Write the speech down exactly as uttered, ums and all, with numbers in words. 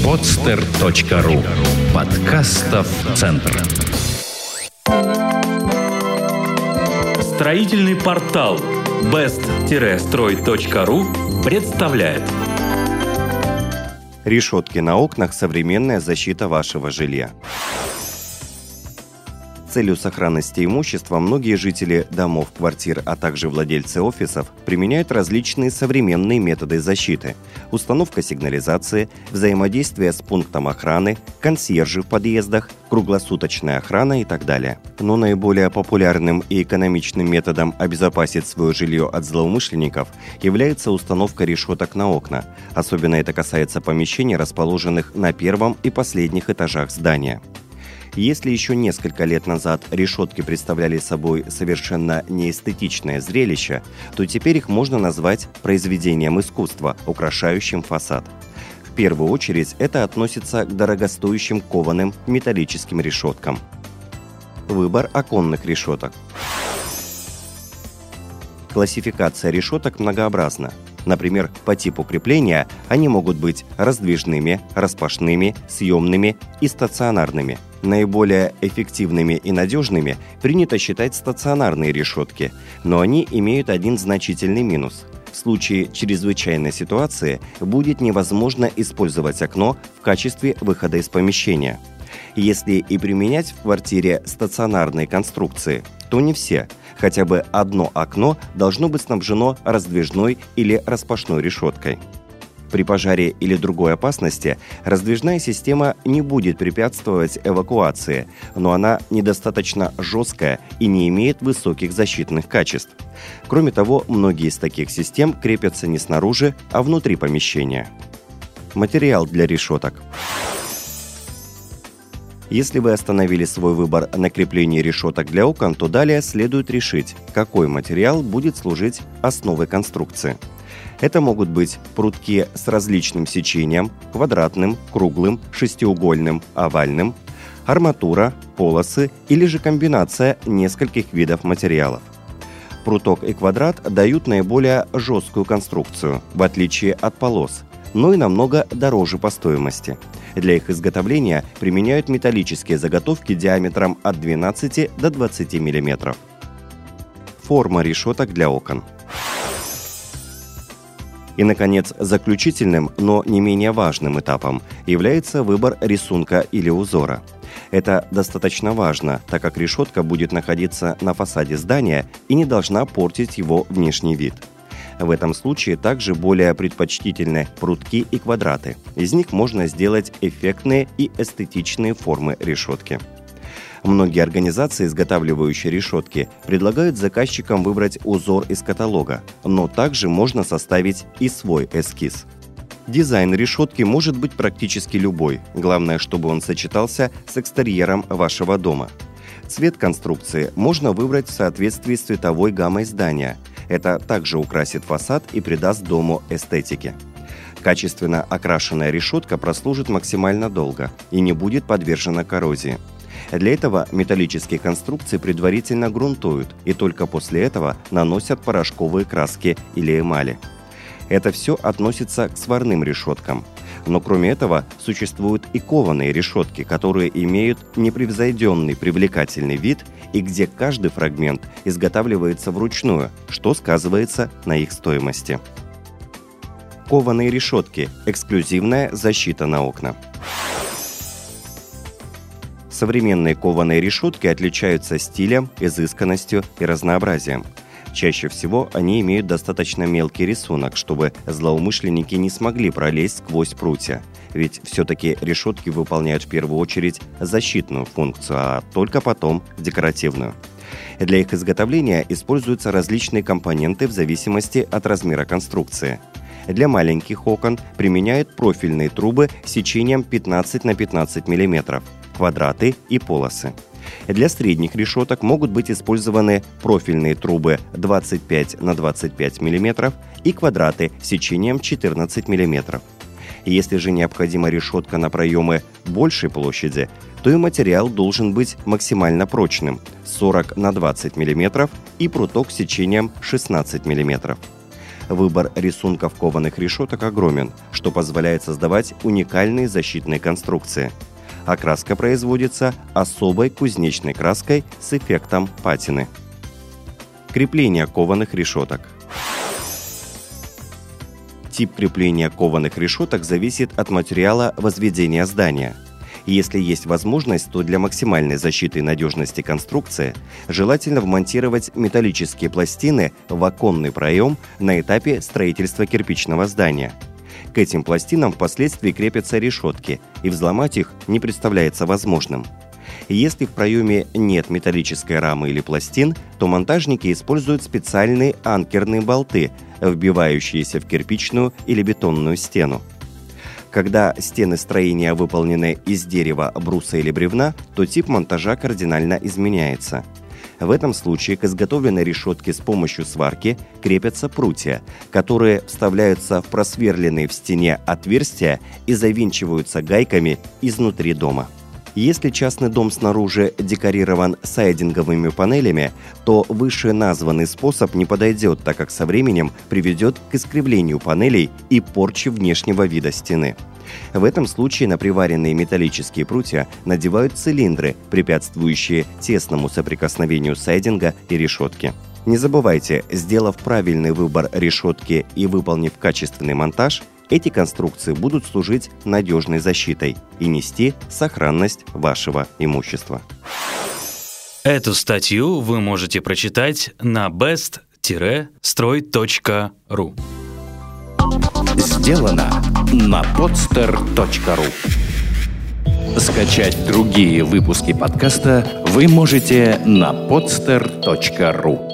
подстер точка ру. Подкастов центр. Строительный портал бест строй точка ру представляет. Решетки на окнах – современная защита вашего жилья. С целью сохранности имущества многие жители домов, квартир, а также владельцы офисов применяют различные современные методы защиты: установка сигнализации, взаимодействие с пунктом охраны, консьержи в подъездах, круглосуточная охрана и так далее. Но наиболее популярным и экономичным методом обезопасить свое жилье от злоумышленников является установка решеток на окна. Особенно это касается помещений, расположенных на первом и последних этажах здания. Если еще несколько лет назад решетки представляли собой совершенно неэстетичное зрелище, то теперь их можно назвать произведением искусства, украшающим фасад. В первую очередь это относится к дорогостоящим кованым металлическим решеткам. Выбор оконных решеток. Классификация решеток многообразна. Например, по типу крепления они могут быть раздвижными, распашными, съемными и стационарными. Наиболее эффективными и надежными принято считать стационарные решетки, но они имеют один значительный минус. В случае чрезвычайной ситуации будет невозможно использовать окно в качестве выхода из помещения. Если и применять в квартире стационарные конструкции, то не все. Хотя бы одно окно должно быть снабжено раздвижной или распашной решеткой. При пожаре или другой опасности раздвижная система не будет препятствовать эвакуации, но она недостаточно жесткая и не имеет высоких защитных качеств. Кроме того, многие из таких систем крепятся не снаружи, а внутри помещения. Материал для решеток. Если вы остановили свой выбор на креплении решеток для окон, то далее следует решить, какой материал будет служить основой конструкции. Это могут быть прутки с различным сечением: квадратным, круглым, шестиугольным, овальным, арматура, полосы или же комбинация нескольких видов материалов. Пруток и квадрат дают наиболее жесткую конструкцию, в отличие от полос, но и намного дороже по стоимости. Для их изготовления применяют металлические заготовки диаметром от двенадцати до двадцати миллиметров. Форма решеток для окон. И, наконец, заключительным, но не менее важным этапом является выбор рисунка или узора. Это достаточно важно, так как решетка будет находиться на фасаде здания и не должна портить его внешний вид. В этом случае также более предпочтительны прутки и квадраты. Из них можно сделать эффектные и эстетичные формы решетки. Многие организации, изготавливающие решетки, предлагают заказчикам выбрать узор из каталога, но также можно составить и свой эскиз. Дизайн решетки может быть практически любой, главное, чтобы он сочетался с экстерьером вашего дома. Цвет конструкции можно выбрать в соответствии с цветовой гаммой здания. Это также украсит фасад и придаст дому эстетики. Качественно окрашенная решетка прослужит максимально долго и не будет подвержена коррозии. Для этого металлические конструкции предварительно грунтуют и только после этого наносят порошковые краски или эмали. Это все относится к сварным решеткам. Но кроме этого существуют и кованые решетки, которые имеют непревзойденный привлекательный вид и где каждый фрагмент изготавливается вручную, что сказывается на их стоимости. Кованые решетки – эксклюзивная защита на окна. Современные кованые решетки отличаются стилем, изысканностью и разнообразием. Чаще всего они имеют достаточно мелкий рисунок, чтобы злоумышленники не смогли пролезть сквозь прутья. Ведь все-таки решетки выполняют в первую очередь защитную функцию, а только потом декоративную. Для их изготовления используются различные компоненты в зависимости от размера конструкции. Для маленьких окон применяют профильные трубы сечением пятнадцать на пятнадцать миллиметров, квадраты и полосы. Для средних решеток могут быть использованы профильные трубы двадцать пять на двадцать пять миллиметров и квадраты сечением четырнадцать миллиметров. Если же необходима решетка на проемы большей площади, то и материал должен быть максимально прочным – сорок на двадцать миллиметров и пруток сечением шестнадцать миллиметров. Выбор рисунков кованых решеток огромен, что позволяет создавать уникальные защитные конструкции. Окраска производится особой кузнечной краской с эффектом патины. Крепление кованых решеток. Тип крепления кованых решеток зависит от материала возведения здания. Если есть возможность, то для максимальной защиты и надежности конструкции желательно вмонтировать металлические пластины в оконный проем на этапе строительства кирпичного здания. К этим пластинам впоследствии крепятся решетки, и взломать их не представляется возможным. Если в проеме нет металлической рамы или пластин, то монтажники используют специальные анкерные болты, вбивающиеся в кирпичную или бетонную стену. Когда стены строения выполнены из дерева, бруса или бревна, то тип монтажа кардинально изменяется. В этом случае к изготовленной решетке с помощью сварки крепятся прутья, которые вставляются в просверленные в стене отверстия и завинчиваются гайками изнутри дома. Если частный дом снаружи декорирован сайдинговыми панелями, то вышеназванный способ не подойдет, так как со временем приведет к искривлению панелей и порче внешнего вида стены. В этом случае на приваренные металлические прутья надевают цилиндры, препятствующие тесному соприкосновению сайдинга и решетки. Не забывайте, сделав правильный выбор решетки и выполнив качественный монтаж, эти конструкции будут служить надежной защитой и нести сохранность вашего имущества. Эту статью вы можете прочитать на бест строй точка ру. Сделано на подстер точка ру. Скачать другие выпуски подкаста вы можете на подстер точка ру.